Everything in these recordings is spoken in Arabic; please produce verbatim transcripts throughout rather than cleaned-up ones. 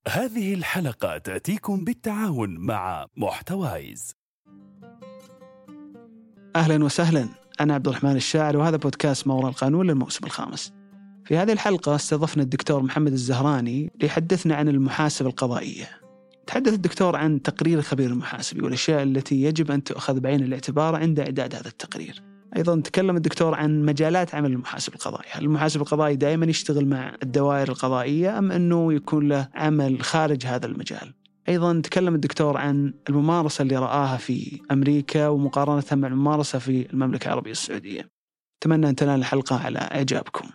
هذه الحلقة تأتيكم بالتعاون مع محتوايز. أهلا وسهلا، أنا عبد الرحمن الشاعر، وهذا بودكاست ما وراء القانون للموسم الخامس. في هذه الحلقة استضفنا الدكتور محمد الزهراني ليحدثنا عن المحاسبة القضائية. تحدث الدكتور عن تقرير الخبير المحاسبي والأشياء التي يجب أن تؤخذ بعين الاعتبار عند إعداد هذا التقرير. أيضا تكلم الدكتور عن مجالات عمل المحاسب القضائي. هل المحاسب القضائي دائما يشتغل مع الدوائر القضائية أم أنه يكون له عمل خارج هذا المجال؟ أيضا تكلم الدكتور عن الممارسة اللي رآها في أمريكا ومقارنتها مع الممارسة في المملكة العربية السعودية. أتمنى أن تنال الحلقة على إعجابكم.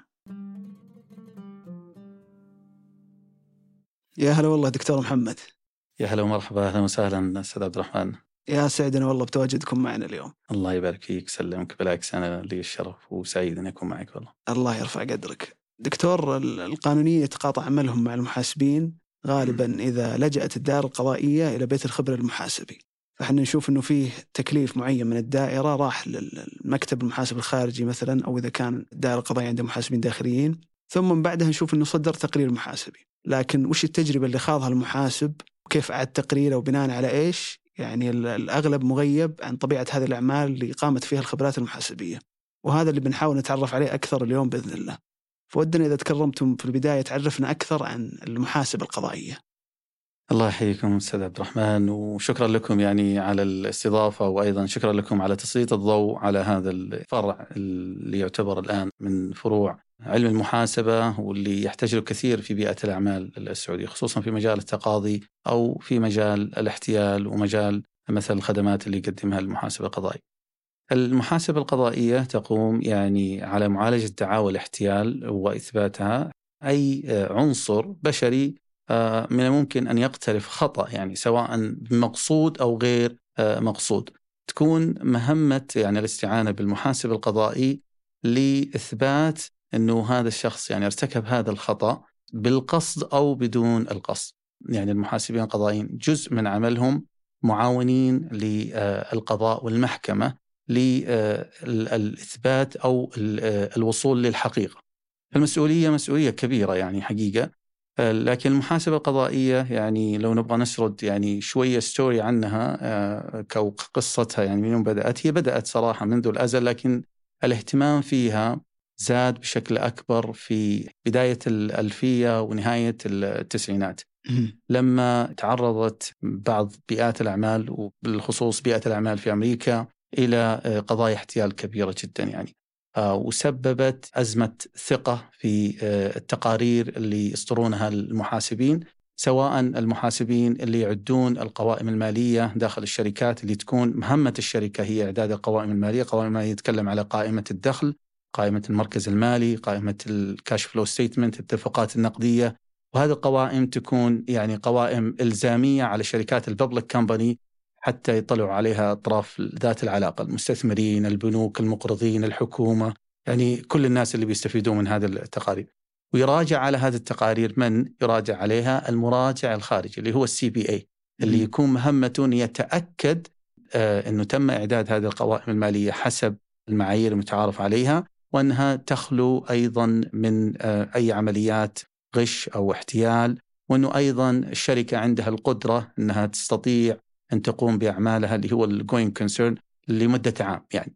يا هلا والله دكتور محمد. يا هلا ومرحبا، أهلا وسهلا أستاذ عبد الرحمن. يا سعدنا والله بتواجدكم معنا اليوم. الله يبارك فيك، سلمك. بالعكس أنا لي الشرف وسعيد أن أكون معك والله. الله يرفع قدرك. دكتور، القانونيين يتقاطع عملهم مع المحاسبين غالبا إذا لجأت الدائرة القضائية إلى بيت الخبرة المحاسبي، فإحنا نشوف أنه فيه تكليف معين من الدائرة راح للمكتب المحاسب الخارجي مثلا، أو إذا كان الدائرة القضائية عندها محاسبين داخليين، ثم من بعدها نشوف أنه صدر تقرير محاسبي. لكن وش التجربة اللي خاضها المحاسب وكيف أعد تقريره وبناء على إيش؟ يعني الأغلب مغيب عن طبيعة هذه الأعمال اللي قامت فيها الخبرات المحاسبية، وهذا اللي بنحاول نتعرف عليه أكثر اليوم بإذن الله. فودنا إذا تكرمتم في البداية تعرفنا أكثر عن المحاسبة القضائية. الله يحييكم أستاذ عبد الرحمن، وشكرا لكم يعني على الاستضافة، وأيضا شكرا لكم على تسليط الضوء على هذا الفرع اللي يعتبر الآن من فروع علم المحاسبة، واللي يحتاج له كثير في بيئة الأعمال السعودية، خصوصا في مجال التقاضي أو في مجال الاحتيال ومجال مثل الخدمات اللي يقدمها المحاسبة القضائي. المحاسبة القضائية تقوم يعني على معالجة دعاوى الاحتيال وإثباتها. أي عنصر بشري من الممكن أن يقترف خطأ، يعني سواء بمقصود أو غير مقصود، تكون مهمة يعني الاستعانة بالمحاسب القضائي لإثبات أنه هذا الشخص يعني ارتكب هذا الخطأ بالقصد أو بدون القصد. يعني المحاسبين القضائيين جزء من عملهم معاونين للقضاء والمحكمة للإثبات أو الوصول للحقيقة. المسؤولية مسؤولية كبيرة يعني حقيقة. لكن المحاسبة القضائية يعني لو نبغى نسرد يعني شوية ستوري عنها كقصتها، يعني من يوم بدأت، هي بدأت صراحة منذ الأزل، لكن الاهتمام فيها زاد بشكل أكبر في بداية الألفية ونهاية التسعينات، لما تعرضت بعض بيئات الأعمال وبالخصوص بيئة الأعمال في أمريكا إلى قضايا احتيال كبيرة جدا، يعني وسببت أزمة ثقة في التقارير اللي يصدرونها المحاسبين، سواء المحاسبين اللي يعدون القوائم المالية داخل الشركات، اللي تكون مهمة الشركة هي إعداد القوائم المالية. قوائم المالية يتكلم على قائمة الدخل، قائمة المركز المالي، قائمة الكاش فلو ستيتمنت، الاتفاقات النقدية، وهذه القوائم تكون يعني قوائم إلزامية على شركات الببليك كامباني حتى يطلعوا عليها أطراف ذات العلاقة، المستثمرين، البنوك، المقرضين، الحكومة، يعني كل الناس اللي بيستفيدوا من هذه التقارير. ويراجع على هذه التقارير من يراجع عليها؟ المراجع الخارجي اللي هو السي بي اي، اللي يكون مهمته أن يتأكد آه أنه تم إعداد هذه القوائم المالية حسب المعايير المتعارف عليها، وأنها تخلو أيضا من آه أي عمليات غش أو احتيال، وأنه أيضا الشركة عندها القدرة أنها تستطيع أن تقوم بأعمالها اللي هو الجوينج كونسيرن لمدة عام يعني.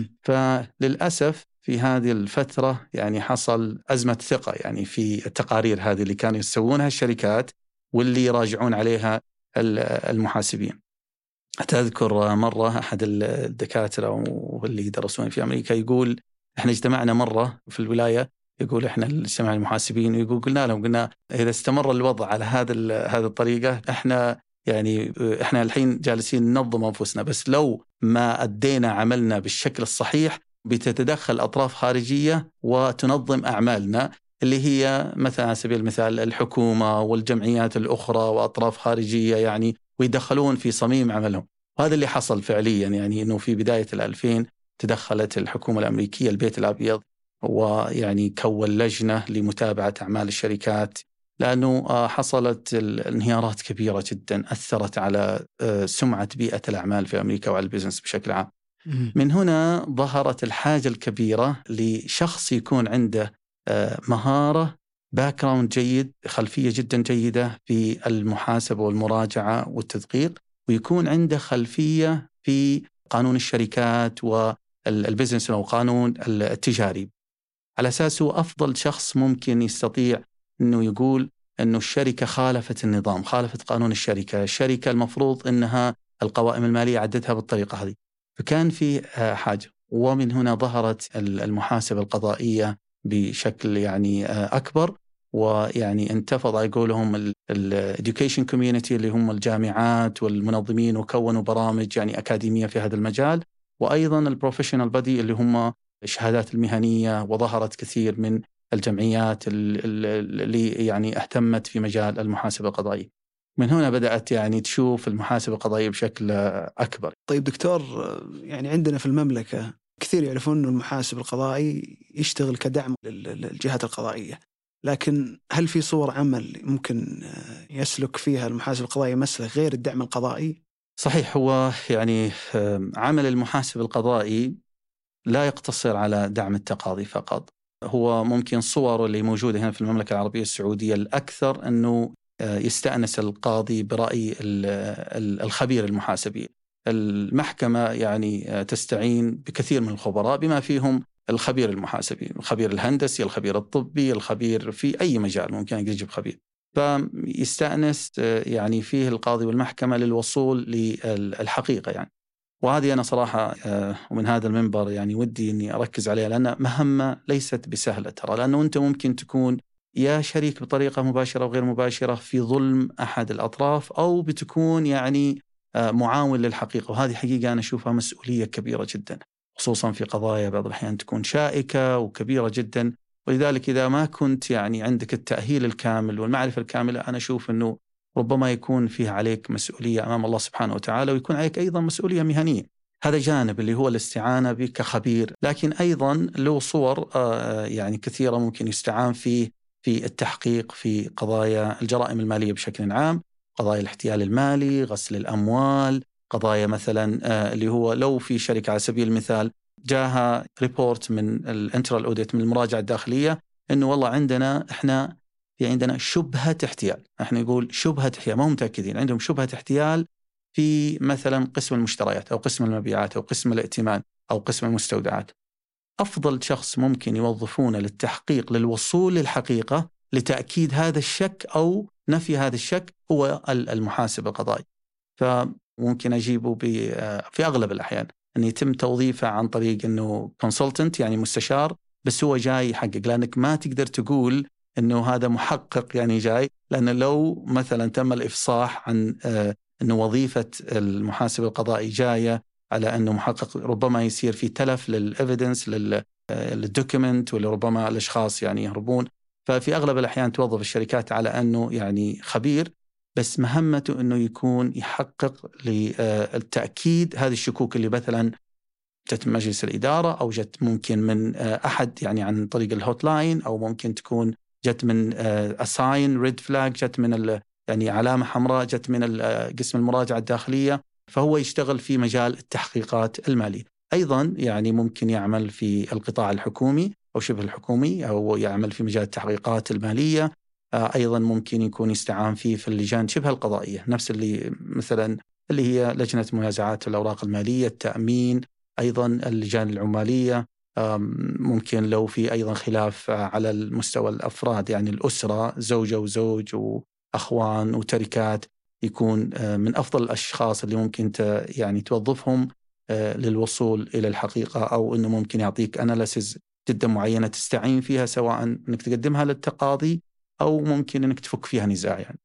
فللأسف في هذه الفترة يعني حصل أزمة ثقة يعني في التقارير هذه اللي كانوا يسوونها الشركات واللي يراجعون عليها المحاسبين. أتذكر مرة أحد الدكاترة واللي يدرسون في أمريكا يقول إحنا اجتمعنا مرة في الولاية، يقول إحنا اجتماع المحاسبين، ويقول قلنا لهم قلنا إذا استمر الوضع على هذا هذه الطريقة إحنا يعني إحنا الحين جالسين ننظم أنفسنا، بس لو ما أدينا عملنا بالشكل الصحيح بتتدخل أطراف خارجية وتنظم أعمالنا، اللي هي مثلا على سبيل المثال الحكومة والجمعيات الأخرى وأطراف خارجية يعني، ويدخلون في صميم عملهم. وهذا اللي حصل فعليا، يعني إنه في بداية الألفين تدخلت الحكومة الأمريكية البيت الأبيض، ويعني كون لجنة لمتابعة أعمال الشركات، لأنه حصلت انهيارات كبيرة جدا أثرت على سمعة بيئة الأعمال في أمريكا وعلى البيزنس بشكل عام. من هنا ظهرت الحاجة الكبيرة لشخص يكون عنده مهارة باك جراوند جيد، خلفية جدا جيدة في المحاسبة والمراجعة والتدقيق، ويكون عنده خلفية في قانون الشركات والبزنس أو قانون التجاري، على أساسه أفضل شخص ممكن يستطيع أنه يقول أنه الشركة خالفت النظام، خالفت قانون الشركة، الشركة المفروض أنها القوائم المالية عدتها بالطريقة هذه. فكان في حاجة، ومن هنا ظهرت المحاسبة القضائية بشكل يعني أكبر، ويعني انتفض يقولهم الeducation community اللي هم الجامعات والمنظمين، وكونوا برامج يعني أكاديمية في هذا المجال، وأيضا البروفيشنال بادي اللي هم الشهادات المهنية، وظهرت كثير من الجمعيات اللي يعني اهتمت في مجال المحاسبة القضائية. من هنا بدأت يعني تشوف المحاسبة القضائية بشكل أكبر. طيب دكتور، يعني عندنا في المملكة كثير يعرفون أن المحاسب القضائي يشتغل كدعم للجهات القضائية، لكن هل في صور عمل ممكن يسلك فيها المحاسب القضائي مسلك غير الدعم القضائي؟ صحيح، هو يعني عمل المحاسب القضائي لا يقتصر على دعم التقاضي فقط، هو ممكن صور اللي موجودة هنا في المملكة العربية السعودية الأكثر أنه يستأنس القاضي برأي الخبير المحاسبي. المحكمة يعني تستعين بكثير من الخبراء بما فيهم الخبير المحاسبي، الخبير الهندسي، الخبير الطبي، الخبير في أي مجال ممكن يجيب خبير، فيستأنس يعني فيه القاضي والمحكمة للوصول للحقيقة يعني. وهذه أنا صراحة ومن هذا المنبر يعني ودي أني أركز عليها، لأن مهمة ليست بسهلة ترى، لأنه أنت ممكن تكون يا شريك بطريقة مباشرة وغير مباشرة في ظلم أحد الأطراف، أو بتكون يعني معاون للحقيقة، وهذه حقيقة أنا أشوفها مسؤولية كبيرة جدا، خصوصا في قضايا بعض الأحيان تكون شائكة وكبيرة جدا. ولذلك إذا ما كنت يعني عندك التأهيل الكامل والمعرفة الكاملة، أنا أشوف أنه ربما يكون فيه عليك مسؤولية أمام الله سبحانه وتعالى، ويكون عليك أيضا مسؤولية مهنية. هذا جانب اللي هو الاستعانة بك كخبير، لكن أيضا له صور يعني كثيرة ممكن يستعان فيه في التحقيق في قضايا الجرائم المالية بشكل عام، قضايا الاحتيال المالي، غسل الأموال، قضايا مثلا اللي هو لو في شركة على سبيل المثال جاها ريبورت من الانترال اوديت من المراجعة الداخلية إنه والله عندنا إحنا في عندنا شبهة احتيال، احنا نقول شبهة احتيال، ما هم متأكدين، عندهم شبهة احتيال في مثلا قسم المشتريات أو قسم المبيعات أو قسم الائتمان أو قسم المستودعات. أفضل شخص ممكن يوظفونه للتحقيق للوصول للحقيقة لتأكيد هذا الشك أو نفي هذا الشك هو المحاسب القضائي. فممكن أجيبه في أغلب الأحيان أن يتم توظيفه عن طريق أنه consultant يعني مستشار، بس هو جاي يحقق، لأنك ما تقدر تقول أنه هذا محقق يعني جاي، لأن لو مثلا تم الإفصاح عن أنه وظيفة المحاسب القضائي جاية على أنه محقق، ربما يصير في تلف للإيفيدنس للدوكيمنت، ولربما الأشخاص يعني يهربون. ففي أغلب الأحيان توظف الشركات على أنه يعني خبير، بس مهمته أنه يكون يحقق للتأكيد هذه الشكوك اللي مثلا جت من مجلس الإدارة، أو جت ممكن من أحد يعني عن طريق الهوت لاين، أو ممكن تكون جت من أساين ريد فلاج، جت من يعني علامة حمراء جت من قسم المراجعة الداخلية. فهو يشتغل في مجال التحقيقات المالية. أيضا يعني ممكن يعمل في القطاع الحكومي أو شبه الحكومي، أو يعمل في مجال التحقيقات المالية. أيضا ممكن يكون يستعان فيه في اللجان شبه القضائية، نفس اللي مثلا اللي هي لجنة منازعات الأوراق المالية، التأمين، أيضا اللجان العمالية. ممكن لو في أيضا خلاف على المستوى الأفراد يعني الأسرة، زوجة وزوج وأخوان وتركات، يكون من أفضل الأشخاص اللي ممكن يعني توظفهم للوصول إلى الحقيقة، أو أنه ممكن يعطيك أناليسز جدا معينة تستعين فيها، سواء أنك تقدمها للتقاضي أو ممكن أنك تفك فيها نزاع يعني.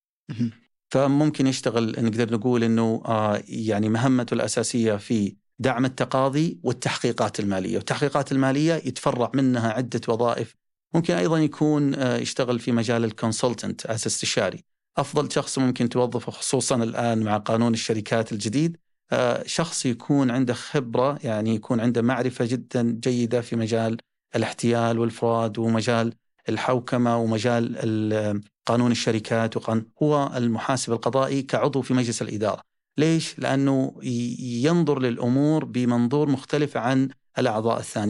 فممكن يشتغل، نقدر نقول أنه يعني مهمته الأساسية في دعم التقاضي والتحقيقات المالية، والتحقيقات المالية يتفرع منها عدة وظائف. ممكن أيضا يكون يشتغل في مجال الكونسلتنت أس استشاري. أفضل شخص ممكن توظفه خصوصا الآن مع قانون الشركات الجديد، شخص يكون عنده خبرة، يعني يكون عنده معرفة جدا جيدة في مجال الاحتيال والفراد ومجال الحوكمة ومجال قانون الشركات، وقانون هو المحاسب القضائي كعضو في مجلس الإدارة. ليش؟ لأنه ينظر للأمور بمنظور مختلف عن الأعضاء الثانيين.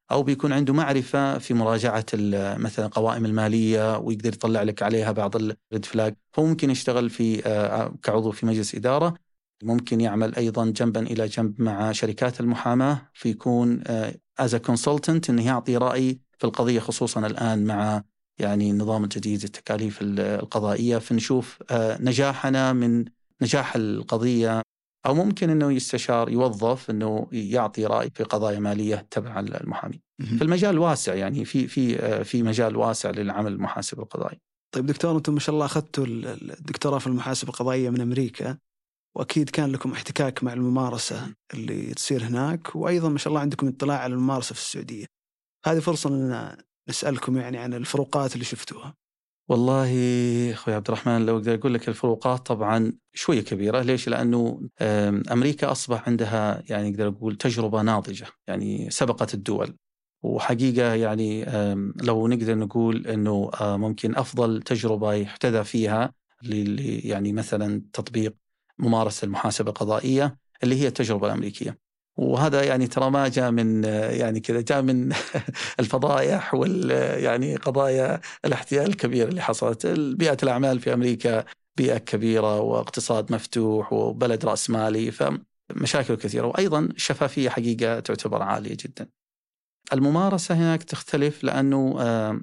أو بيكون عنده معرفة في مراجعة مثلا قوائم المالية ويقدر يطلع لك عليها بعض الريد فلاج، فممكن يشتغل في كعضو في مجلس إدارة. ممكن يعمل أيضا جنبا إلى جنب مع شركات المحاماة، فيكون as a consultant إنه يعطي رأي في القضية، خصوصا الآن مع يعني النظام الجديد التكاليف القضائية، فنشوف نجاحنا من نجاح القضية. أو ممكن أنه يستشار يوظف أنه يعطي رأي في قضايا مالية تبع المحامي. فالمجال واسع، يعني في في في مجال واسع للعمل المحاسب القضائي. طيب دكتور، أنتم ما شاء الله أخذتوا الدكتوراه في المحاسبة القضائية من أمريكا، وأكيد كان لكم احتكاك مع الممارسة اللي تصير هناك، وأيضا ما شاء الله عندكم اطلاع على الممارسة في السعودية. هذه فرصة أن نسألكم يعني عن الفروقات اللي شفتوها. والله أخوي عبد الرحمن، لو أقدر أقول لك الفروقات طبعا شوية كبيرة. ليش؟ لأنه أمريكا أصبح عندها يعني أقدر أقول تجربة ناضجة، يعني سبقت الدول. وحقيقة يعني لو نقدر نقول أنه ممكن أفضل تجربة يحتذى فيها يعني مثلا تطبيق ممارسة المحاسبة القضائية اللي هي التجربة الأمريكية. وهذا يعني ترى ما جاء من يعني كذا، جاء من الفضائح وال يعني قضايا الاحتيال الكبير اللي حصلت. بيئة الأعمال في أمريكا بيئة كبيرة واقتصاد مفتوح وبلد رأس مالي، فمشاكل كثيرة، وأيضا الشفافية حقيقة تعتبر عالية جدا. الممارسة هناك تختلف، لأنه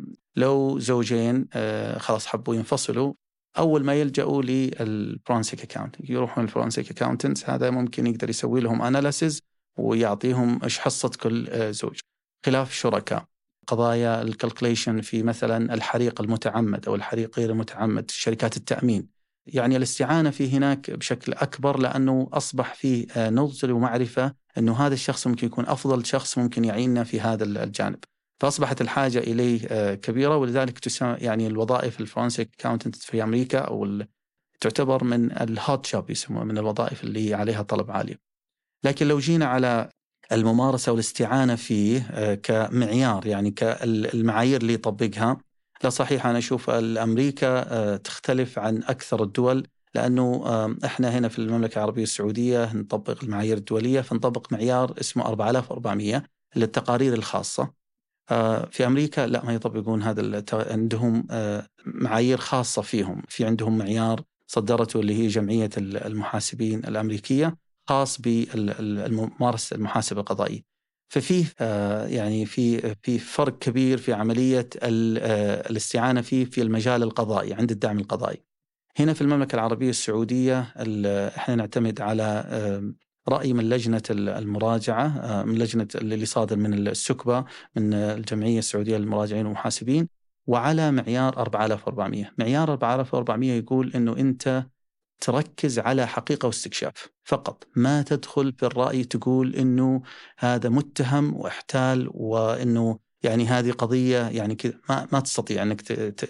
لو زوجين خلاص حبوا ينفصلوا، أول ما يلجأوا للفورنسيك أكاونت، يروحون الفورنسيك أكاونتنت، هذا ممكن يقدر يسوي لهم أناليسيز ويعطيهم إيش حصة كل زوج. خلاف الشركاء، قضايا الكالكوليشن في مثلا الحريق المتعمد أو الحريق غير المتعمد، شركات التأمين، يعني الاستعانة فيه هناك بشكل أكبر، لأنه أصبح فيه نضج ومعرفة أنه هذا الشخص ممكن يكون أفضل شخص ممكن يعيننا في هذا الجانب، فأصبحت الحاجة إليه كبيرة. ولذلك تسمى يعني الوظائف الفورنسيك أكاونتنت في أمريكا أو تعتبر من الهوت جوب، يسموها من الوظائف اللي عليها طلب عالي. لكن لو جينا على الممارسة والاستعانة فيه كمعيار، يعني كالمعايير اللي يطبقها، لا صحيح أنا أشوف الأمريكا تختلف عن أكثر الدول، لأنه إحنا هنا في المملكة العربية السعودية نطبق المعايير الدولية، فنطبق معيار اسمه أربعة آلاف وأربعمية للتقارير الخاصة. في أمريكا لا، ما يطبقون هذا، عندهم معايير خاصة فيهم. في عندهم معيار صدرته اللي هي جمعية المحاسبين الأمريكية، خاص بالممارسة المحاسبة القضائية. ففيه يعني في في فرق كبير في عملية الاستعانة فيه في المجال القضائي عند الدعم القضائي. هنا في المملكة العربية السعودية احنا نعتمد على رأي من لجنة المراجعة، من لجنة اللي صادر من السكبة من الجمعية السعودية للمراجعين والمحاسبين، وعلى معيار أربعة آلاف وأربعمية. معيار أربعة آلاف وأربعمية يقول إنه أنت تركز على حقيقة واستكشاف فقط، ما تدخل في الرأي تقول إنه هذا متهم واحتال وإنه يعني هذه قضية يعني كذا، ما ما تستطيع إنك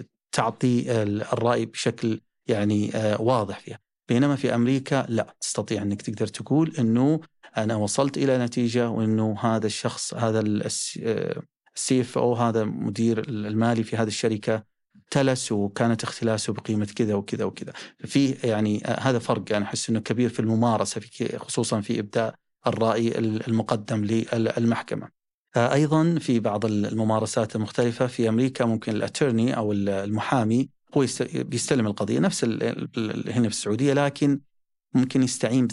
تعطي الرأي بشكل يعني واضح فيها. بينما في أمريكا لا، تستطيع أنك تقدر تقول أنه أنا وصلت إلى نتيجة، وأنه هذا الشخص هذا السي اف او هذا مدير المالي في هذه الشركة تلس وكانت اختلاسه بقيمة كذا وكذا وكذا. في يعني هذا فرق أنا أحس أنه كبير في الممارسة، في خصوصا في إبداء الرأي المقدم للمحكمة. أيضا في بعض الممارسات المختلفة في أمريكا ممكن الاتورني أو المحامي هو بيستلم القضية نفس هنا في السعودية، لكن ممكن يستعين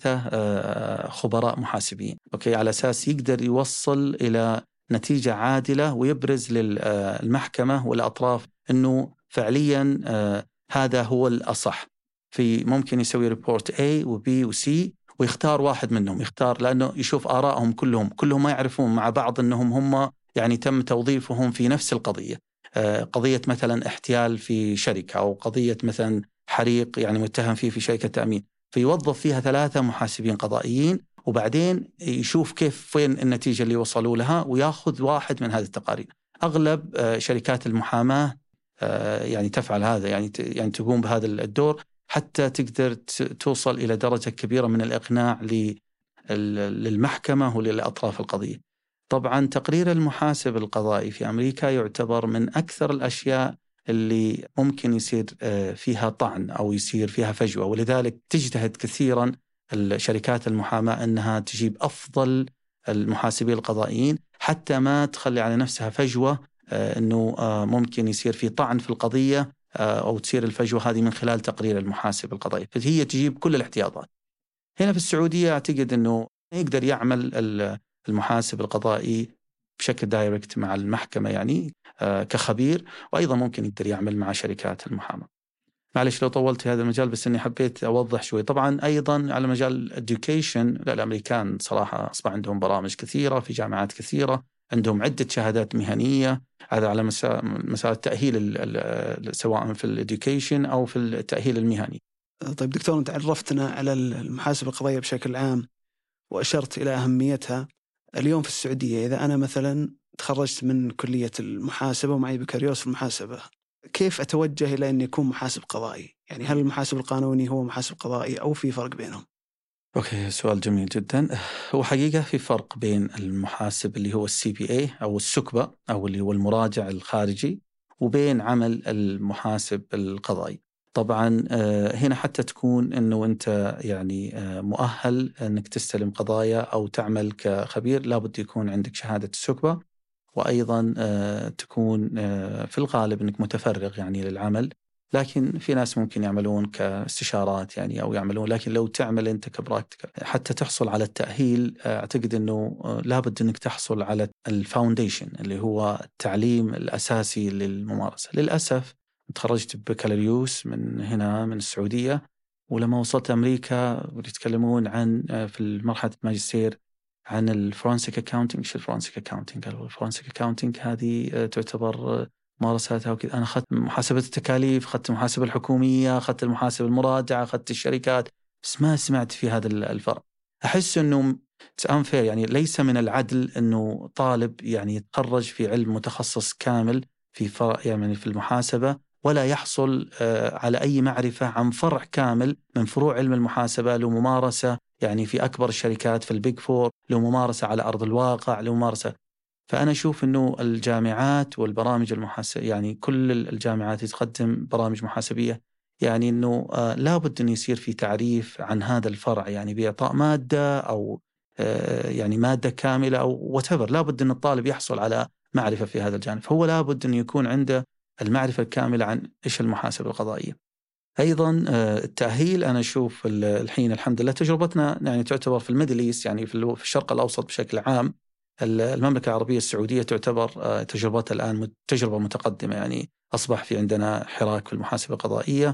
بثلاثة خبراء محاسبين أوكي على أساس يقدر يوصل إلى نتيجة عادلة ويبرز للمحكمة والأطراف أنه فعليا هذا هو الأصح. في ممكن يسوي ريبورت A و B و C ويختار واحد منهم، يختار لأنه يشوف آرائهم كلهم كلهم ما يعرفون مع بعض أنهم هم يعني تم توظيفهم في نفس القضية، قضية مثلا احتيال في شركة أو قضية مثلا حريق يعني متهم فيه في شركة تأمين، فيوظف فيها ثلاثة محاسبين قضائيين، وبعدين يشوف كيف فين النتيجة اللي وصلوا لها ويأخذ واحد من هذه التقارير. أغلب شركات المحاماة يعني تفعل هذا، يعني يعني تقوم بهذا الدور حتى تقدر توصل إلى درجة كبيرة من الإقناع للمحكمة وللأطراف القضية. طبعا تقرير المحاسب القضائي في أمريكا يعتبر من أكثر الأشياء اللي ممكن يصير فيها طعن أو يصير فيها فجوة، ولذلك تجتهد كثيرا الشركات المحاماة أنها تجيب أفضل المحاسبين القضائيين حتى ما تخلي على نفسها فجوة أنه ممكن يصير في طعن في القضية أو تصير الفجوة هذه من خلال تقرير المحاسب القضائي، فهي تجيب كل الاحتياطات. هنا في السعودية أعتقد أنه يقدر يعمل المحاسب القضائي بشكل دايركت مع المحكمة يعني كخبير، وأيضا ممكن يقدر يعمل مع شركات المحاماة. معلش لو طولت في هذا المجال، بس أني حبيت أوضح شوي. طبعا أيضا على مجال education، الأمريكان صراحة أصبح عندهم برامج كثيرة في جامعات كثيرة، عندهم عدة شهادات مهنية، هذا على مسار التأهيل سواء في الإديوكيشن أو في التأهيل المهني. طيب دكتور، أنت عرفتنا على المحاسبة القضائية بشكل عام وأشرت إلى أهميتها. اليوم في السعودية إذا أنا مثلا تخرجت من كلية المحاسبة ومعي بكالوريوس في المحاسبة، كيف أتوجه إلى أن يكون محاسب قضائي؟ يعني هل المحاسب القانوني هو محاسب قضائي أو في فرق بينهم؟ أوكي، سؤال جميل جدا. هو حقيقة في فرق بين المحاسب اللي هو السي بي اي أو السكبة أو اللي هو المراجع الخارجي، وبين عمل المحاسب القضائي. طبعا هنا حتى تكون أنه أنت يعني مؤهل أنك تستلم قضايا أو تعمل كخبير، لابد يكون عندك شهادة السكبة، وأيضا تكون في الغالب أنك متفرغ يعني للعمل. لكن في ناس ممكن يعملون كاستشارات يعني أو يعملون، لكن لو تعمل أنت كبراكتيكال حتى تحصل على التأهيل، أعتقد أنه لابد أنك تحصل على الفاونديشن اللي هو التعليم الأساسي للممارسة. للأسف تخرجت بكالوريوس من هنا من السعودية، ولما وصلت أمريكا يتكلمون عن في مرحلة الماجستير عن الفورنسيك أكاونتينج. شو الفورنسيك أكاونتينج؟ قالوا الفورنسيك أكاونتينج هذه تعتبر ممارساتها وكذا. أنا أخذت محاسبة التكاليف، أخذت المحاسبة الحكومية، أخذت المحاسبة المراجعة، أخذت الشركات، بس ما سمعت في هذا الفرق. أحس أنه unfair، يعني ليس من العدل أنه طالب يعني يتخرج في علم متخصص كامل في فرع يعني في المحاسبة ولا يحصل على أي معرفة عن فرع كامل من فروع علم المحاسبة، له ممارسة يعني في أكبر الشركات في البيج فور، له ممارسة على أرض الواقع، له ممارسة. فأنا أشوف أنه الجامعات والبرامج المحاسبة يعني كل الجامعات تقدم برامج محاسبية، يعني أنه آه لابد أن يصير في تعريف عن هذا الفرع، يعني بإعطاء مادة أو آه يعني مادة كاملة أو whatever. لابد أن الطالب يحصل على معرفة في هذا الجانب، فهو لابد أن يكون عنده المعرفة الكاملة عن إيش المحاسبة القضائية. أيضا التأهيل، أنا أشوف الحين الحمد لله تجربتنا يعني تعتبر في الميدل إيست، يعني في الشرق الأوسط بشكل عام، المملكة العربية السعودية تعتبر تجربتها الآن تجربة متقدمة. يعني أصبح في عندنا حراك في المحاسبة القضائية.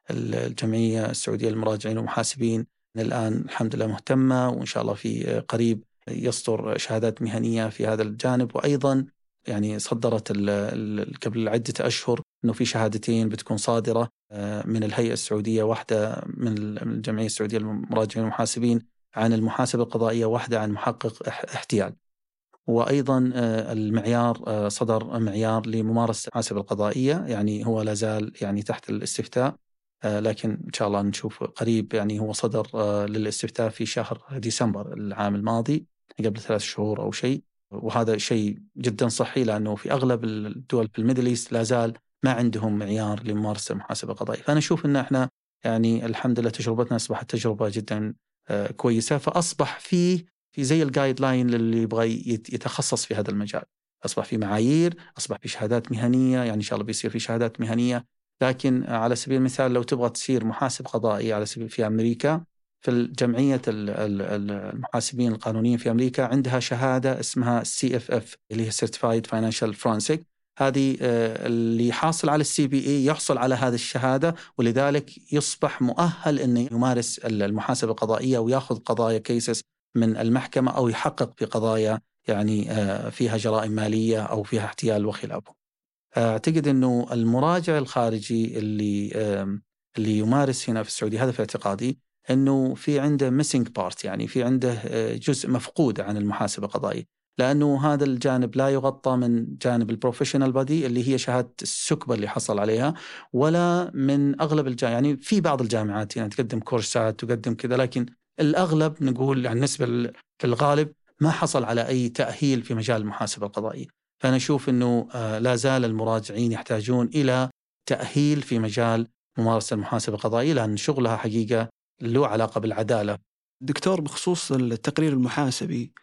الجمعية السعودية للمراجعين والمحاسبين الآن الحمد لله مهتمة، وإن شاء الله في قريب يصدر شهادات مهنية في هذا الجانب. وأيضا يعني صدرت قبل عدة أشهر أنه في شهادتين بتكون صادرة من الهيئة السعودية، واحدة من الجمعية السعودية للمراجعين والمحاسبين عن المحاسبة القضائية، واحدة عن محقق احتيال. وأيضا المعيار صدر معيار لممارسة المحاسبة القضائية، يعني هو لا زال يعني تحت الاستفتاء، لكن إن شاء الله نشوف قريب. يعني هو صدر للاستفتاء في شهر ديسمبر العام الماضي قبل ثلاث شهور أو شيء، وهذا شيء جدا صحي، لأنه في أغلب الدول في الميدل إيست لا زال ما عندهم معيار لممارسة المحاسبة القضائية. فأنا أشوف أن احنا يعني الحمد لله تجربتنا أصبحت تجربة جدا كويسة، فأصبح فيه في زي الجايد لاين للي يبغى يتخصص في هذا المجال. أصبح في معايير، أصبح في شهادات مهنية، يعني إن شاء الله بيصير في شهادات مهنية. لكن على سبيل المثال لو تبغى تصير محاسب قضائي على سبيل في أمريكا، في الجمعية المحاسبين القانونيين في أمريكا عندها شهادة اسمها سي إف إف اللي هي Certified Financial Forensic. هذه اللي حاصل على السي بي اي يحصل على هذه الشهادة، ولذلك يصبح مؤهل أن يمارس المحاسبة القضائية ويأخذ قضايا كيسس من المحكمة أو يحقق في قضايا يعني فيها جرائم مالية أو فيها احتيال وخلافه. أعتقد أنه المراجع الخارجي اللي اللي يمارس هنا في السعودية، هذا في اعتقادي أنه في عنده missing part، يعني في عنده جزء مفقود عن المحاسبة القضائية، لأنه هذا الجانب لا يغطى من جانب البروفيشنال بادي اللي هي شهادة السكبة اللي حصل عليها، ولا من أغلب الجامعات. يعني في بعض الجامعات يعني تقدم كورسات تقدم كذا، لكن الأغلب نقول يعني بالنسبة في الغالب ما حصل على أي تأهيل في مجال المحاسبة القضائية. فأنا أشوف أنه لا زال المراجعين يحتاجون إلى تأهيل في مجال ممارسة المحاسبة القضائية، لأن شغلها حقيقة له علاقة بالعدالة. دكتور، بخصوص التقرير المحاسبي،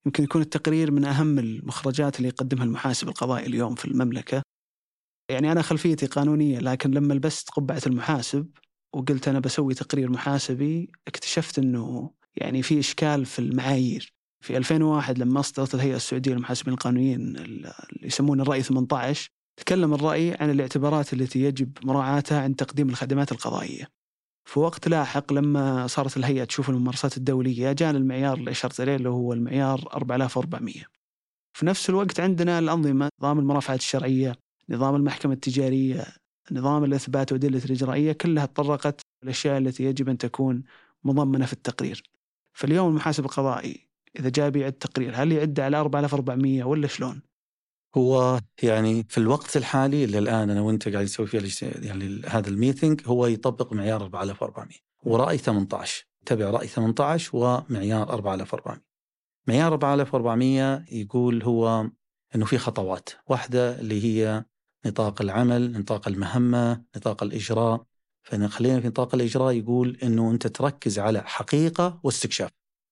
يمكن يكون التقرير من أهم المخرجات اللي يقدمها المحاسب القضائي اليوم في المملكة. يعني أنا خلفيتي قانونية، لكن لما لبست قبعة المحاسب وقلت أنا بسوي تقرير محاسبي، اكتشفت أنه يعني في إشكال في المعايير. في ألفين وواحد لما أصدرت الهيئة السعودية للمحاسبين القانونيين اللي يسمون الرأي ثمانية عشر، تكلم الرأي عن الاعتبارات التي يجب مراعاتها عند تقديم الخدمات القضائية. في وقت لاحق لما صارت الهيئة تشوف الممارسات الدولية، جاء المعيار اللي أشرت عليه اللي هو المعيار أربعة آلاف وأربعمية. في نفس الوقت عندنا الأنظمة، نظام المرافعات الشرعية، نظام المحكمة التجارية، نظام الإثبات وأدلة الإجرائية، كلها تطرقت الأشياء التي يجب أن تكون مضمنة في التقرير. فاليوم المحاسب القضائي إذا جاء بيعد تقرير، هل يعد على أربعة آلاف وأربعمية ولا شلون؟ هو يعني في الوقت الحالي اللي الآن أنا وأنت قاعد نسوي فيه يعني هذا الميتينج، هو يطبق معيار أربعة آلاف وأربعمية ورأي ثمانية عشر، تبع رأي ثمانية عشر ومعيار أربعة آلاف وأربعمية. معيار أربعة آلاف وأربعمية يقول هو أنه في خطوات، واحدة اللي هي نطاق العمل، نطاق المهمة، نطاق الإجراء. فنخلينا في نطاق الإجراء، يقول أنه أنت تركز على حقيقة واستكشاف.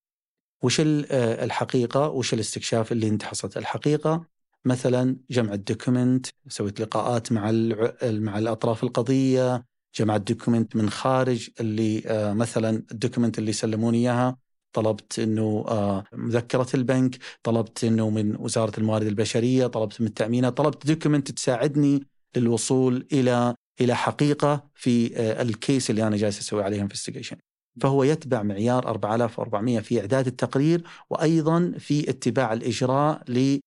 وش الحقيقة وش الاستكشاف اللي انت حصلت؟ الحقيقة مثلا جمع الدوكومنت، سويت لقاءات مع مع الأطراف القضية، جمعت دوكومنت من خارج اللي آه مثلا الدوكومنت اللي سلموني إياها، طلبت إنه آه مذكرة البنك، طلبت إنه من وزارة الموارد البشرية، طلبت من التأمينات، طلبت دوكومنت تساعدني للوصول إلى إلى حقيقة في آه الكيس اللي أنا جالس أسوي عليه انفستيجيشن. فهو يتبع معيار أربعة آلاف وأربعمية في إعداد التقرير، وأيضا في اتباع الإجراء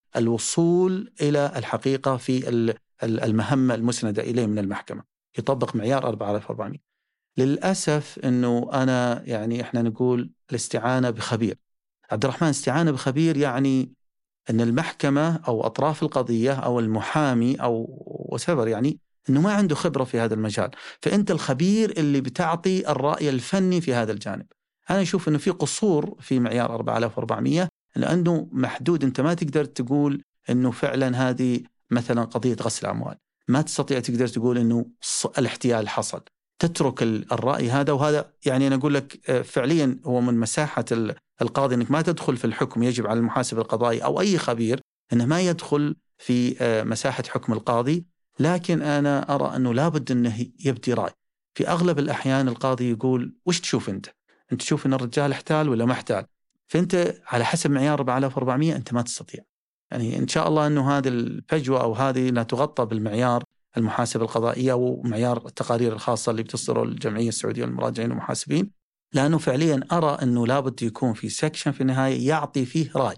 للوصول إلى الحقيقة في المهمة المسندة إليه من المحكمة. يطبق معيار أربعة آلاف وأربعمية. للأسف أنه أنا يعني إحنا نقول الاستعانة بخبير. عبد الرحمن، استعانة بخبير يعني أن المحكمة أو أطراف القضية أو المحامي أو وسبر يعني أنه ما عنده خبرة في هذا المجال، فأنت الخبير اللي بتعطي الرأي الفني في هذا الجانب. أنا أشوف أنه في قصور في معيار أربعة آلاف وأربعمية، لأنه محدود. أنت ما تقدر تقول أنه فعلا هذه مثلا قضية غسل أموال، ما تستطيع تقدر تقول أنه الاحتيال حصل، تترك الرأي هذا. وهذا يعني أنا أقول لك فعليا هو من مساحة القاضي أنك ما تدخل في الحكم. يجب على المحاسب القضائي أو أي خبير أنه ما يدخل في مساحة حكم القاضي، لكن أنا أرى أنه لابد أنه يبدي رأي. في أغلب الأحيان القاضي يقول وش تشوف أنت؟ أنت تشوف أن الرجال احتال ولا ما احتال؟ فأنت على حسب معيار أربعة آلاف وأربعمية أنت ما تستطيع. يعني إن شاء الله أنه هذه الفجوة أو هذه لا تغطى بالمعيار المحاسبة القضائية ومعيار التقارير الخاصة اللي بتصدره الجمعية السعودية للمراجعين والمحاسبين، لأنه فعليا أرى أنه لابد يكون في سكشن في النهاية يعطي فيه رأي.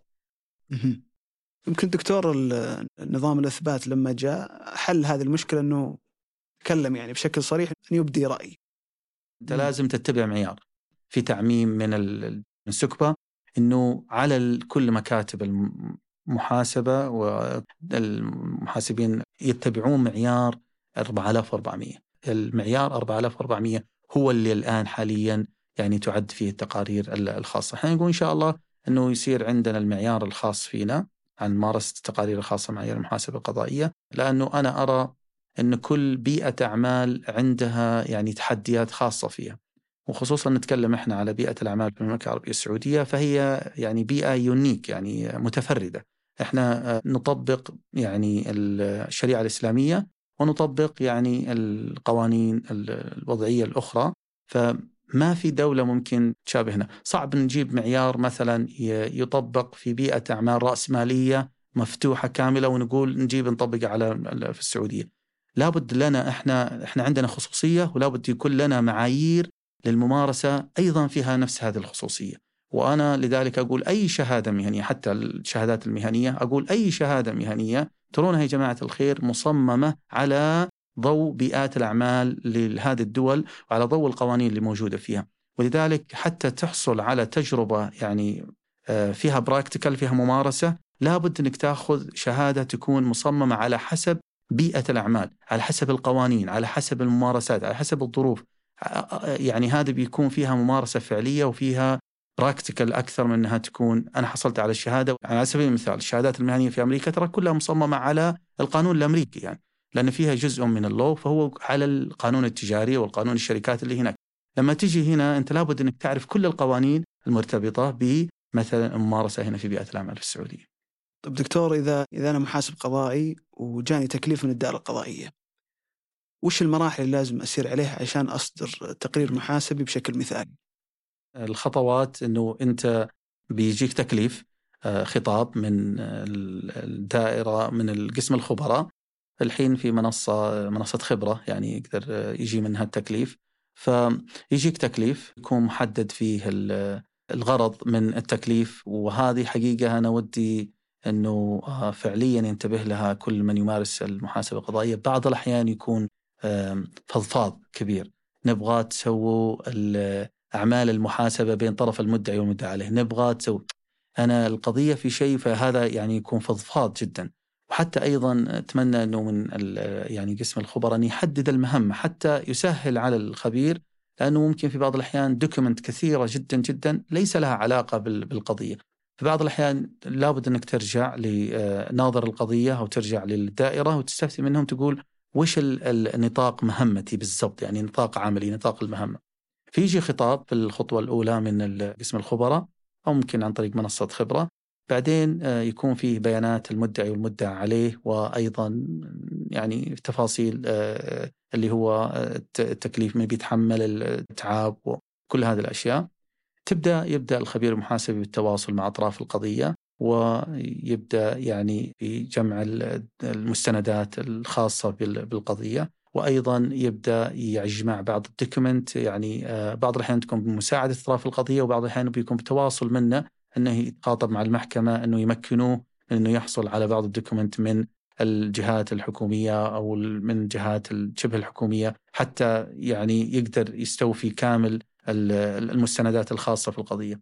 يمكن دكتور النظام الإثبات لما جاء حل هذه المشكلة، أنه تكلم يعني بشكل صريح أن يبدي رأي. أنت لازم تتبع معيار في تعميم من السكبة، أنه على كل مكاتب المحاسبة والمحاسبين يتبعون معيار أربعة آلاف وأربعمية. المعيار أربعة آلاف وأربعمية هو اللي الآن حاليا يعني تعد فيه التقارير الخاصة. احنا نقول إن شاء الله أنه يصير عندنا المعيار الخاص فينا عن ممارسة التقارير الخاصة معايير المحاسبة القضائية، لأنه أنا أرى أن كل بيئة أعمال عندها يعني تحديات خاصة فيها، وخصوصا نتكلم إحنا على بيئة الأعمال في المملكة العربية السعودية، فهي يعني بيئة يونيك يعني متفردة. إحنا نطبق يعني الشريعة الإسلامية ونطبق يعني القوانين الوضعية الأخرى، فما في دولة ممكن تشابهنا. صعب نجيب معيار مثلا يطبق في بيئة أعمال رأسمالية مفتوحة كاملة ونقول نجيب نطبق على في السعودية. لابد لنا إحنا إحنا عندنا خصوصية، ولابد يكون لنا معايير للممارسة أيضا فيها نفس هذه الخصوصية. وأنا لذلك أقول أي شهادة مهنية، حتى الشهادات المهنية، أقول أي شهادة مهنية ترونها يا جماعة الخير مصممة على ضوء بيئات الأعمال لهذه الدول وعلى ضوء القوانين اللي موجودة فيها. ولذلك حتى تحصل على تجربة يعني فيها براكتيكال، فيها ممارسة، لابد أنك تأخذ شهادة تكون مصممة على حسب بيئة الأعمال، على حسب القوانين، على حسب الممارسات، على حسب الظروف. يعني هذا بيكون فيها ممارسة فعلية وفيها براكتيكال أكثر من أنها تكون أنا حصلت على الشهادة. على سبيل المثال الشهادات المهنية في أمريكا ترى كلها مصممة على القانون الأمريكي، يعني لأن فيها جزء من اللو فهو على القانون التجاري والقانون الشركات اللي هناك. لما تيجي هنا أنت لابد أنك تعرف كل القوانين المرتبطة مثلا الممارسة هنا في بيئة العمل في السعودية. طيب دكتور، إذا إذا أنا محاسب قضائي وجاني تكليف من الدائرة القضائية، وش المراحل اللي لازم أسير عليها عشان أصدر تقرير محاسبي بشكل مثالي؟ الخطوات أنه أنت بيجيك تكليف خطاب من الدائرة من القسم الخبراء. الحين في منصة منصة خبرة يعني يقدر يجي منها التكليف، فيجيك تكليف يكون محدد فيه الغرض من التكليف. وهذه حقيقة أنا ودي أنه فعليا ينتبه لها كل من يمارس المحاسبة القضائية. بعض الأحيان يكون فضفاض كبير، نبغى تسووا أعمال المحاسبة بين طرف المدعي والمدعى عليه، نبغى تسوي أنا القضية في شيء، فهذا يعني يكون فضفاض جدا. وحتى أيضا أتمنى أنه من يعني قسم الخبراء أن يحدد المهمة حتى يسهل على الخبير، لأنه ممكن في بعض الأحيان دوكيمنت كثيرة جدا جدا ليس لها علاقة بالقضية. في بعض الأحيان لابد أنك ترجع لناظر القضية أو ترجع للدائرة وتستفتي منهم تقول وش النطاق مهمتي بالضبط، يعني نطاق عملي، نطاق المهمة. فيجي خطاب في الخطوة الأولى من قسم الخبراء أو ممكن عن طريق منصة خبرة، بعدين يكون فيه بيانات المدعي والمدعى عليه، وأيضا يعني تفاصيل اللي هو التكليف من بيتحمل التعب وكل هذه الأشياء. تبدأ يبدأ الخبير المحاسبي بالتواصل مع أطراف القضية، ويبدأ يعني بجمع المستندات الخاصة بالقضية، وأيضا يبدأ يجمع بعض الدوكيمنت. يعني بعض الأحيان تكون بمساعدة أطراف القضية، وبعض الأحيان بيكون بتواصل منه أنه يتخاطب مع المحكمة أنه يمكنوه أنه يحصل على بعض الدوكيمنت من الجهات الحكومية أو من الجهات الشبه الحكومية، حتى يعني يقدر يستوفي كامل المستندات الخاصة في القضية.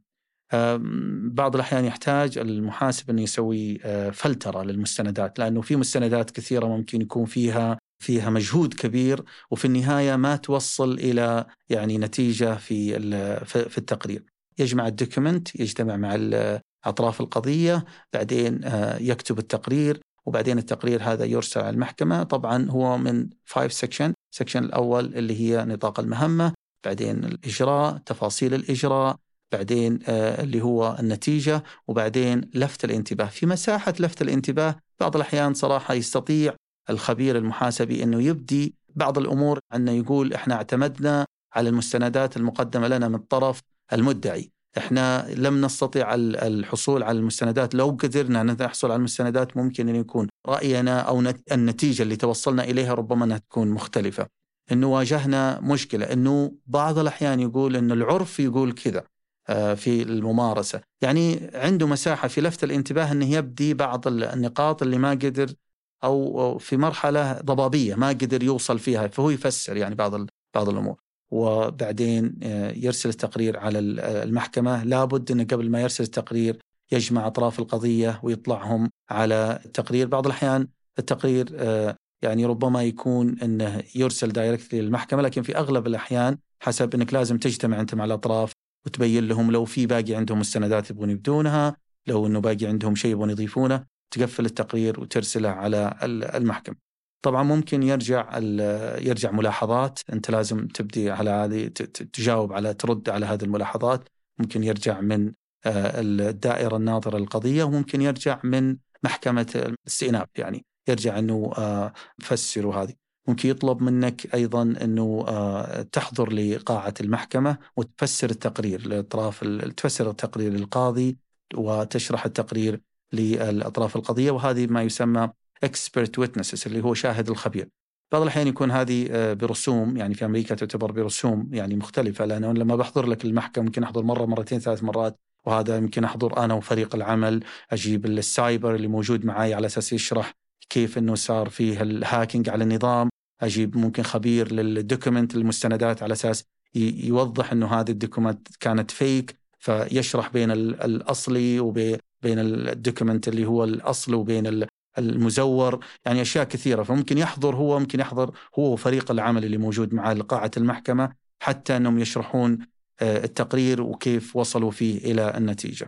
بعض الأحيان يحتاج المحاسب أن يسوي فلترة للمستندات، لأنه في مستندات كثيرة ممكن يكون فيها فيها مجهود كبير، وفي النهاية ما توصل إلى يعني نتيجة في في التقرير. يجمع الدوكيمنت، يجتمع مع أطراف القضية، بعدين يكتب التقرير، وبعدين التقرير هذا يرسل على المحكمة. طبعا هو من five section. section الأول اللي هي نطاق المهمة، بعدين الإجراء، تفاصيل الإجراء، بعدين آه اللي هو النتيجة، وبعدين لفت الانتباه. في مساحة لفت الانتباه بعض الأحيان صراحة يستطيع الخبير المحاسبي أنه يبدي بعض الأمور، أنه يقول إحنا اعتمدنا على المستندات المقدمة لنا من طرف المدعي، إحنا لم نستطيع الحصول على المستندات، لو قدرنا أن نحصل على المستندات ممكن أن يكون رأينا أو النتيجة اللي توصلنا إليها ربما أنها تكون مختلفة. إنه واجهنا مشكلة، إنه بعض الأحيان يقول إنه العرف يقول كذا في الممارسة، يعني عنده مساحة في لفت الانتباه أنه يبدي بعض النقاط اللي ما قدر أو في مرحلة ضبابية ما قدر يوصل فيها، فهو يفسر يعني بعض بعض الأمور، وبعدين يرسل التقرير على المحكمة. لابد أنه قبل ما يرسل التقرير يجمع أطراف القضية ويطلعهم على التقرير. بعض الأحيان التقرير يعني ربما يكون أنه يرسل دايركتلي للمحكمة، لكن في أغلب الأحيان حسب أنك لازم تجتمع أنت مع الأطراف وتبين لهم لو في باقي عندهم مستندات يبغون يبدونها، لو أنه باقي عندهم شيء يبغون يضيفونه، تقفل التقرير وترسله على المحكمة. طبعا ممكن يرجع يرجع ملاحظات، أنت لازم تبدي على هذه، تجاوب على ترد على هذه الملاحظات. ممكن يرجع من الدائرة الناظرة للقضية، وممكن يرجع من محكمة الاستئناف، يعني يرجع أنه فسروا هذه. ممكن يطلب منك أيضا أنه تحضر لقاعة المحكمة وتفسر التقرير للأطراف، تفسر التقرير للقاضي وتشرح التقرير للأطراف القضية، وهذه ما يسمى expert witnesses اللي هو شاهد الخبير. بعض الأحيان يكون هذه برسوم، يعني في أمريكا تعتبر برسوم يعني مختلفة، لأنه لما بحضر لك المحكمة ممكن أحضر مرة مرتين ثلاث مرات، وهذا يمكن أحضر أنا وفريق العمل، أجيب السايبر اللي موجود معي على أساس يشرح كيف أنه صار فيه الهاكينج على النظام، أجيب ممكن خبير للدوكيمنت المستندات على أساس يوضح أنه هذه الدوكيمنت كانت فيك، فيشرح بين الأصلي وبين الدوكيمنت اللي هو الأصل وبين المزور، يعني أشياء كثيرة. فممكن يحضر هو ممكن يحضر هو وفريق العمل اللي موجود مع قاعة المحكمة، حتى أنهم يشرحون التقرير وكيف وصلوا فيه إلى النتيجة.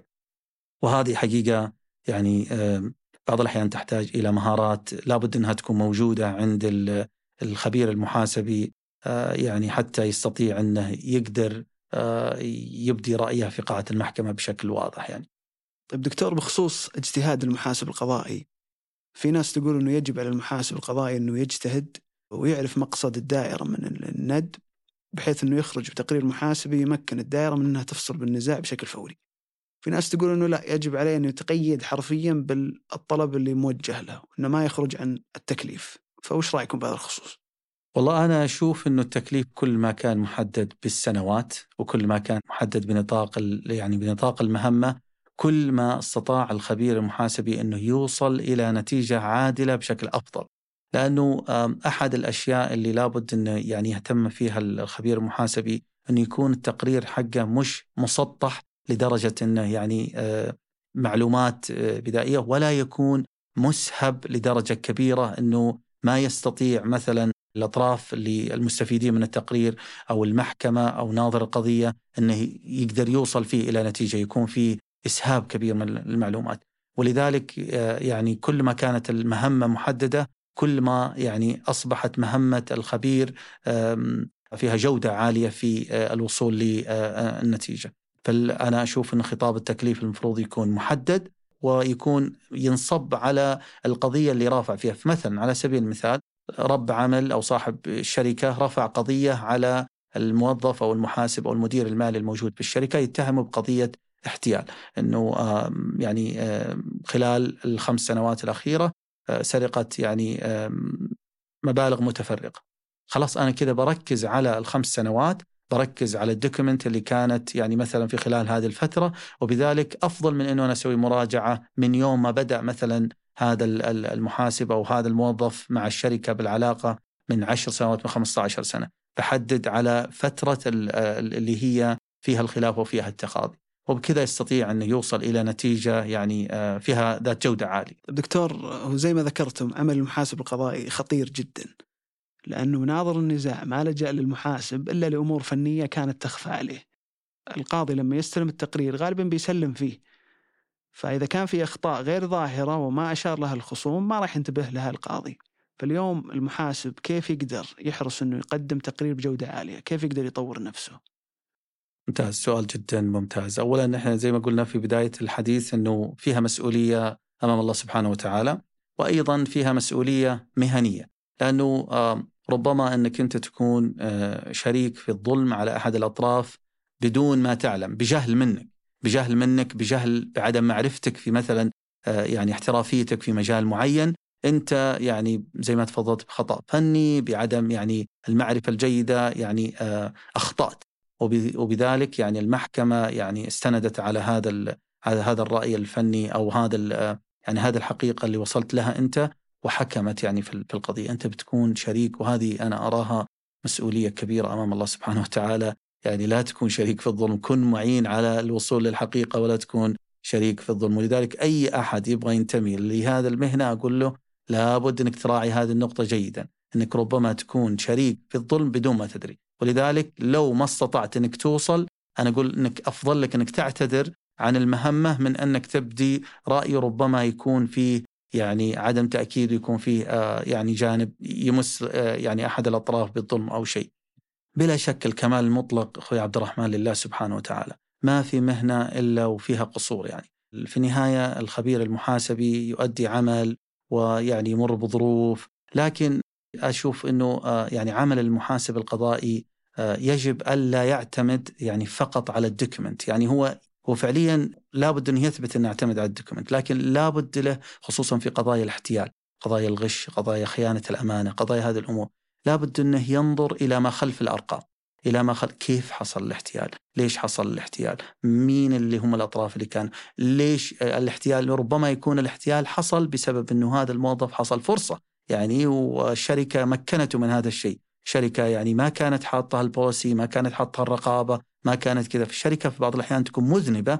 وهذه حقيقة يعني بعض الأحيان تحتاج إلى مهارات لابد أنها تكون موجودة عند الخبير المحاسبي، يعني حتى يستطيع أنه يقدر يبدي رأيه في قاعة المحكمة بشكل واضح يعني. طيب دكتور، بخصوص اجتهاد المحاسب القضائي، في ناس تقول أنه يجب على المحاسب القضائي أنه يجتهد ويعرف مقصد الدائرة من الند، بحيث أنه يخرج بتقرير محاسبي يمكن الدائرة من أنها تفصل بالنزاع بشكل فوري. في ناس تقول أنه لا، يجب عليه أنه يتقيد حرفيا بالطلب اللي موجه له، أنه ما يخرج عن التكليف. فوش رأيكم بهذا الخصوص؟ والله أنا أشوف أنه التكليف كل ما كان محدد بالسنوات، وكل ما كان محدد بنطاق يعني بنطاق المهمة، كل ما استطاع الخبير المحاسبي أنه يوصل إلى نتيجة عادلة بشكل أفضل. لأنه أحد الأشياء اللي لابد أنه يعني يهتم فيها الخبير المحاسبي أنه يكون التقرير حقه مش مسطح لدرجة أنه يعني معلومات بدائية، ولا يكون مسهب لدرجة كبيرة أنه ما يستطيع مثلا الأطراف اللي المستفيدين من التقرير أو المحكمة أو ناظر القضية أنه يقدر يوصل فيه إلى نتيجة، يكون فيه إسهاب كبير من المعلومات. ولذلك يعني كل ما كانت المهمة محددة، كل ما يعني أصبحت مهمة الخبير فيها جودة عالية في الوصول للنتيجة. فأنا أشوف أن خطاب التكليف المفروض يكون محدد، ويكون ينصب على القضية اللي رافع فيها. فمثلا على سبيل المثال، رب عمل أو صاحب الشركة رفع قضية على الموظف أو المحاسب أو المدير المالي الموجود بالشركة، يتهمه بقضية احتيال، أنه يعني خلال الخمس سنوات الأخيرة سرقت يعني مبالغ متفرقة. خلاص أنا كده بركز على الخمس سنوات، بركز على الدوكيمنت اللي كانت يعني مثلا في خلال هذه الفترة، وبذلك أفضل من أنه أنا أسوي مراجعة من يوم ما بدأ مثلا هذا المحاسب أو هذا الموظف مع الشركة بالعلاقة من عشر سنوات من خمسة عشر سنة. بحدد على فترة اللي هي فيها الخلاف وفيها التقاضي، وبكذا يستطيع أن يوصل إلى نتيجة يعني فيها ذات جودة عالية. دكتور، هو زي ما ذكرتم عمل المحاسب القضائي خطير جدا، لأنه ناظر النزاع ما لجأ للمحاسب إلا لأمور فنية كانت تخفى عليه. القاضي لما يستلم التقرير غالبا بيسلم فيه، فإذا كان في أخطاء غير ظاهرة وما أشار لها الخصوم ما راح ينتبه لها القاضي. فاليوم المحاسب كيف يقدر يحرص أنه يقدم تقرير بجودة عالية؟ كيف يقدر يطور نفسه؟ ممتاز، سؤال جدا ممتاز. أولا نحن زي ما قلنا في بداية الحديث أنه فيها مسؤولية أمام الله سبحانه وتعالى، وأيضا فيها مسؤولية مهنية، لأنه ربما أنك أنت تكون شريك في الظلم على أحد الأطراف بدون ما تعلم، بجهل منك بجهل منك بجهل بعدم معرفتك في مثلا يعني احترافيتك في مجال معين. أنت يعني زي ما تفضلت بخطأ فني، بعدم يعني المعرفة الجيدة، يعني أخطأت، وبذلك يعني المحكمة يعني استندت على هذا على هذا الرأي الفني أو هذا يعني هذا الحقيقة اللي وصلت لها أنت، وحكمت يعني في القضية. أنت بتكون شريك، وهذه أنا أراها مسؤولية كبيرة أمام الله سبحانه وتعالى. يعني لا تكون شريك في الظلم، كن معين على الوصول للحقيقة ولا تكون شريك في الظلم. ولذلك أي أحد يبغى ينتمي لهذا المهنة أقول له لابد أنك تراعي هذه النقطة جيدا، أنك ربما تكون شريك في الظلم بدون ما تدري. ولذلك لو ما استطعت أنك توصل، أنا أقول أنك أفضل لك أنك تعتذر عن المهمة من أنك تبدي رأي ربما يكون فيه يعني عدم تأكيد، يكون فيه آه يعني جانب يمس آه يعني أحد الأطراف بالظلم أو شيء. بلا شك الكمال المطلق أخوي عبد الرحمن لله سبحانه وتعالى، ما في مهنة إلا وفيها قصور. يعني في النهاية الخبير المحاسبي يؤدي عمل ويعني يمر بظروف، لكن أشوف أنه آه يعني عمل المحاسب القضائي آه يجب ألا يعتمد يعني فقط على الدوكيمنت. يعني هو هو فعليا لابد أن يثبت أنه يعتمد على الدوكيمنت، لكن لابد له خصوصا في قضايا الاحتيال، قضايا الغش، قضايا خيانة الأمانة، قضايا هذه الأمور، لابد أنه ينظر إلى ما خلف الأرقام، إلى ما خلف كيف حصل الاحتيال، ليش حصل الاحتيال، مين اللي هم الأطراف اللي كان، ليش الاحتيال. ربما يكون الاحتيال حصل بسبب أنه هذا الموظف حصل فرصة يعني، والشركة مكنته من هذا الشيء، شركة يعني ما كانت حاطة البوليسي، ما كانت حاطة الرقابة، ما كانت كذا. في الشركة في بعض الأحيان تكون مذنبة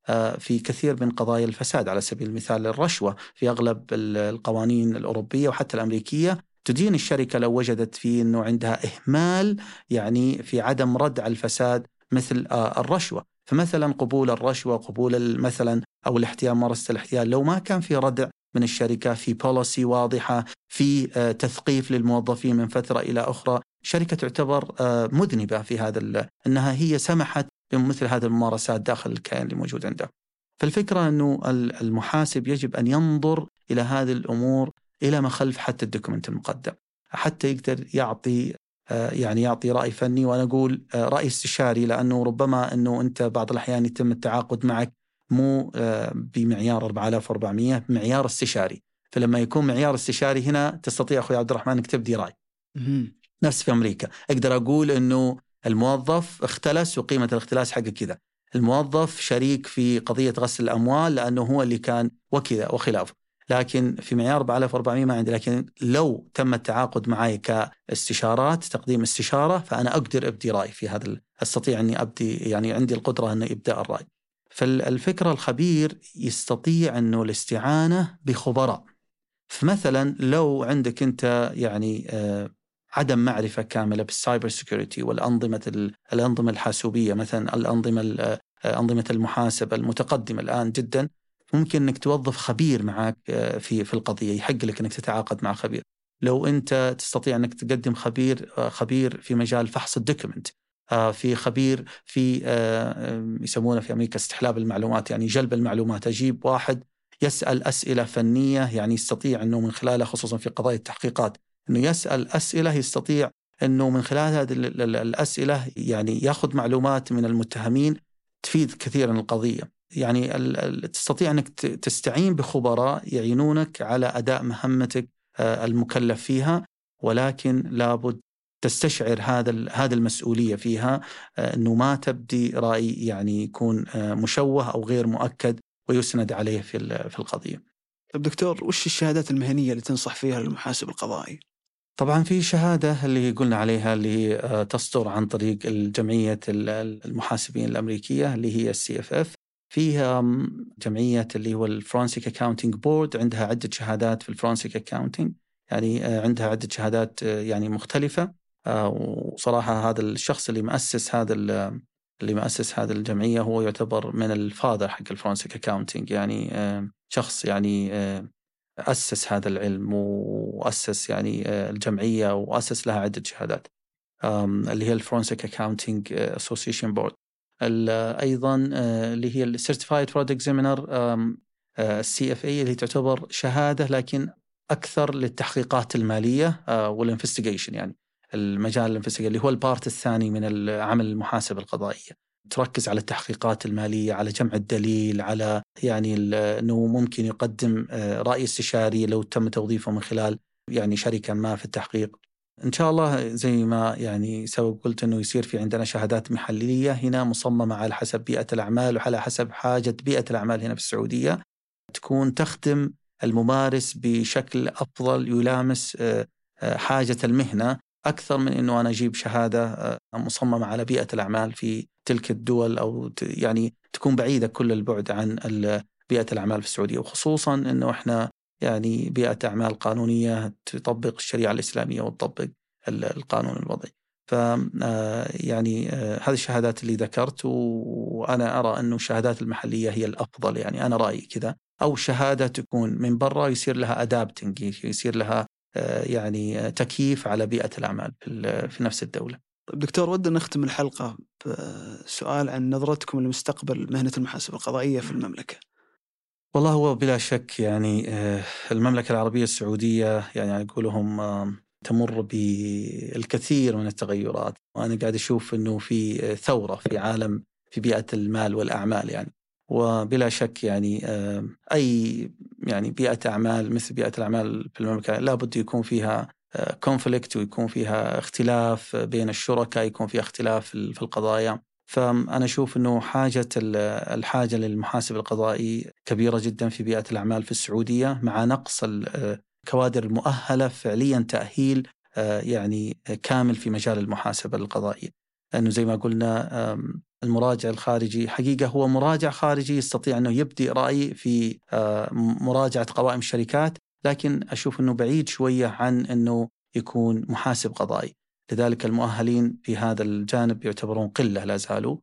في كثير من قضايا الفساد. على سبيل المثال الرشوة في أغلب القوانين الأوروبية وحتى الأمريكية تدين الشركة لو وجدت في أنه عندها إهمال يعني في عدم ردع الفساد مثل الرشوة. فمثلا قبول الرشوة، قبول مثلا أو الاحتيال، ممارسة الاحتيال، لو ما كان في ردع من الشركة، في بوليسي واضحة، في تثقيف للموظفين من فترة إلى أخرى، شركة تعتبر مذنبة في هذا، أنها هي سمحت بمثل هذه الممارسات داخل الكيان اللي موجود عنده. فالفكرة أنه المحاسب يجب أن ينظر إلى هذه الأمور إلى ما خلف حتى الدوكمنت المقدم، حتى يقدر يعطي يعني يعطي رأي فني. وأنا أقول رأي استشاري، لأنه ربما أنه أنت بعض الأحيان يتم التعاقد معك مو بمعيار أربعة آلاف وأربعمائة، بمعيار استشاري. فلما يكون معيار استشاري هنا تستطيع أخوي عبد الرحمن أنك تبدي رأي. نفس في أمريكا أقدر أقول أنه الموظف اختلس وقيمة الاختلاس حقه كذا، الموظف شريك في قضية غسل الأموال لأنه هو اللي كان وكذا وخلافه. لكن في معيار أربعة آلاف وأربعمائة ما عندي. لكن لو تم التعاقد معي كاستشارات، تقديم استشارة، فأنا أقدر أبدي رأي في هذا، أستطيع أني أبدي، يعني عندي القدرة أن إبداء الرأي. فالفكرة الخبير يستطيع أنه الاستعانة بخبراء. فمثلا لو عندك أنت يعني آه عدم معرفة كاملة بالسايبر سيكوريتي والأنظمة الأنظمة الحاسوبية، مثلا الأنظمة أنظمة المحاسبة المتقدمة الآن جدا، ممكن أنك توظف خبير معك في في القضية، يحق لك أنك تتعاقد مع خبير. لو أنت تستطيع أنك تقدم خبير خبير في مجال فحص الدوكيمنت، في خبير في يسمونه في أمريكا استحلاب المعلومات، يعني جلب المعلومات. أجيب واحد يسأل أسئلة فنية، يعني يستطيع أنه من خلالها، خصوصا في قضايا التحقيقات، أنه يسأل أسئلة يستطيع أنه من خلال هذه الأسئلة يعني يأخذ معلومات من المتهمين تفيد كثيرا القضية. يعني تستطيع أنك تستعين بخبراء يعينونك على أداء مهمتك المكلف فيها، ولكن لابد تستشعر هذا هذا المسؤولية فيها، أنه ما تبدي رأي يعني يكون مشوه أو غير مؤكد ويسند عليه في في القضية. طيب دكتور، وش الشهادات المهنية اللي تنصح فيها للمحاسب القضائي؟ طبعا في شهادة اللي قلنا عليها اللي هي تصدر عن طريق الجمعية المحاسبين الأمريكية اللي هي السي اف اف. فيها جمعية اللي هو الفرونسيك أكاونتينج بورد، عندها عدة شهادات في الفرونسيك أكاونتينج، يعني عندها عدة شهادات يعني مختلفة. وصراحة هذا الشخص اللي مؤسس هذا اللي مؤسس هذا الجمعية هو يعتبر من الفاذر حق الفرونسيك أكاونتينج، يعني شخص يعني أسس هذا العلم وأسس يعني الجمعية وأسس لها عدة شهادات اللي هي الفرونسيك أكاونتينج أسوسيشن بورد. أيضا اللي هي السيرتيفايد فرود إكزامينر السي اف اي، اللي تعتبر شهادة لكن أكثر للتحقيقات المالية والانفستيجيشن، يعني المجال الانفستيجيشن اللي هو البارت الثاني من عمل المحاسبة القضائية، تركز على التحقيقات المالية، على جمع الدليل، على يعني أنه ممكن يقدم رأي استشاري لو تم توظيفه من خلال يعني شركة ما في التحقيق. إن شاء الله زي ما يعني سبب قلت أنه يصير في عندنا شهادات محلية هنا مصممة على حسب بيئة الأعمال وعلى حسب حاجة بيئة الأعمال هنا في السعودية، تكون تخدم الممارس بشكل أفضل يلامس حاجة المهنة، أكثر من أنه أنا أجيب شهادة مصممة على بيئة الأعمال في تلك الدول، أو يعني تكون بعيدة كل البعد عن بيئة الأعمال في السعودية. وخصوصا أنه إحنا يعني بيئة أعمال قانونية تطبق الشريعة الإسلامية وتطبق القانون الوضعي. ف يعني هذه الشهادات اللي ذكرت، وأنا أرى أنه الشهادات المحلية هي الأفضل، يعني أنا رأيي كذا، أو شهادة تكون من برا يصير لها أدابتنج، يصير لها يعني تكييف على بيئة الأعمال في نفس الدولة. طيب دكتور، ودنا نختم الحلقة بسؤال عن نظرتكم لمستقبل مهنة المحاسبة القضائية في المملكة. والله هو بلا شك يعني المملكة العربية السعودية يعني أقولهم تمر بالكثير من التغيرات، وأنا قاعد أشوف أنه في ثورة في عالم في بيئة المال والأعمال يعني. وبلا شك يعني أي يعني بيئة أعمال مثل بيئة الأعمال في المملكة لابد يكون فيها كونفليكت ويكون فيها اختلاف بين الشركاء، يكون فيها اختلاف في القضايا. فأنا أشوف أنه حاجة الحاجة للمحاسب القضائي كبيرة جدا في بيئة الأعمال في السعودية، مع نقص الكوادر المؤهلة فعليا تأهيل يعني كامل في مجال المحاسبة القضائية. لأنه زي ما قلنا المراجع الخارجي حقيقة هو مراجع خارجي يستطيع أنه يبدي رأي في مراجعة قوائم الشركات، لكن أشوف أنه بعيد شوية عن أنه يكون محاسب قضائي. لذلك المؤهلين في هذا الجانب يعتبرون قلة لا زالوا.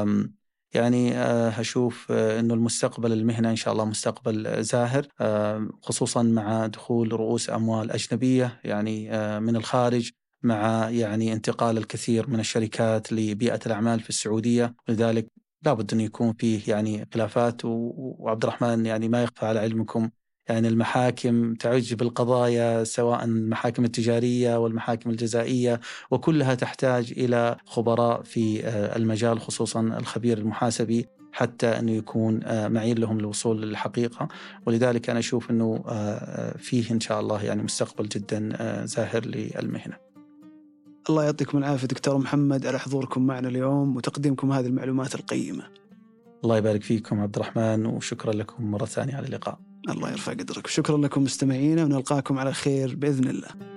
يعني أشوف أنه المستقبل المهنة إن شاء الله مستقبل زاهر، خصوصا مع دخول رؤوس أموال أجنبية يعني من الخارج، مع يعني انتقال الكثير من الشركات لبيئة الأعمال في السعودية. لذلك لابد أن يكون فيه يعني خلافات، وعبد الرحمن يعني ما يخفى على علمكم يعني المحاكم تعج بالقضايا، سواء المحاكم التجارية والمحاكم الجزائية، وكلها تحتاج إلى خبراء في المجال، خصوصا الخبير المحاسبي، حتى أنه يكون معين لهم للوصول للحقيقة. ولذلك أنا أشوف أنه فيه إن شاء الله يعني مستقبل جدا زاهر للمهنة. الله يعطيكم العافية دكتور محمد على حضوركم معنا اليوم وتقديمكم هذه المعلومات القيمة. الله يبارك فيكم عبد الرحمن، وشكرا لكم مرة ثانية على اللقاء. الله يرفع قدرك، وشكرا لكم مستمعينا، ونلقاكم على خير بإذن الله.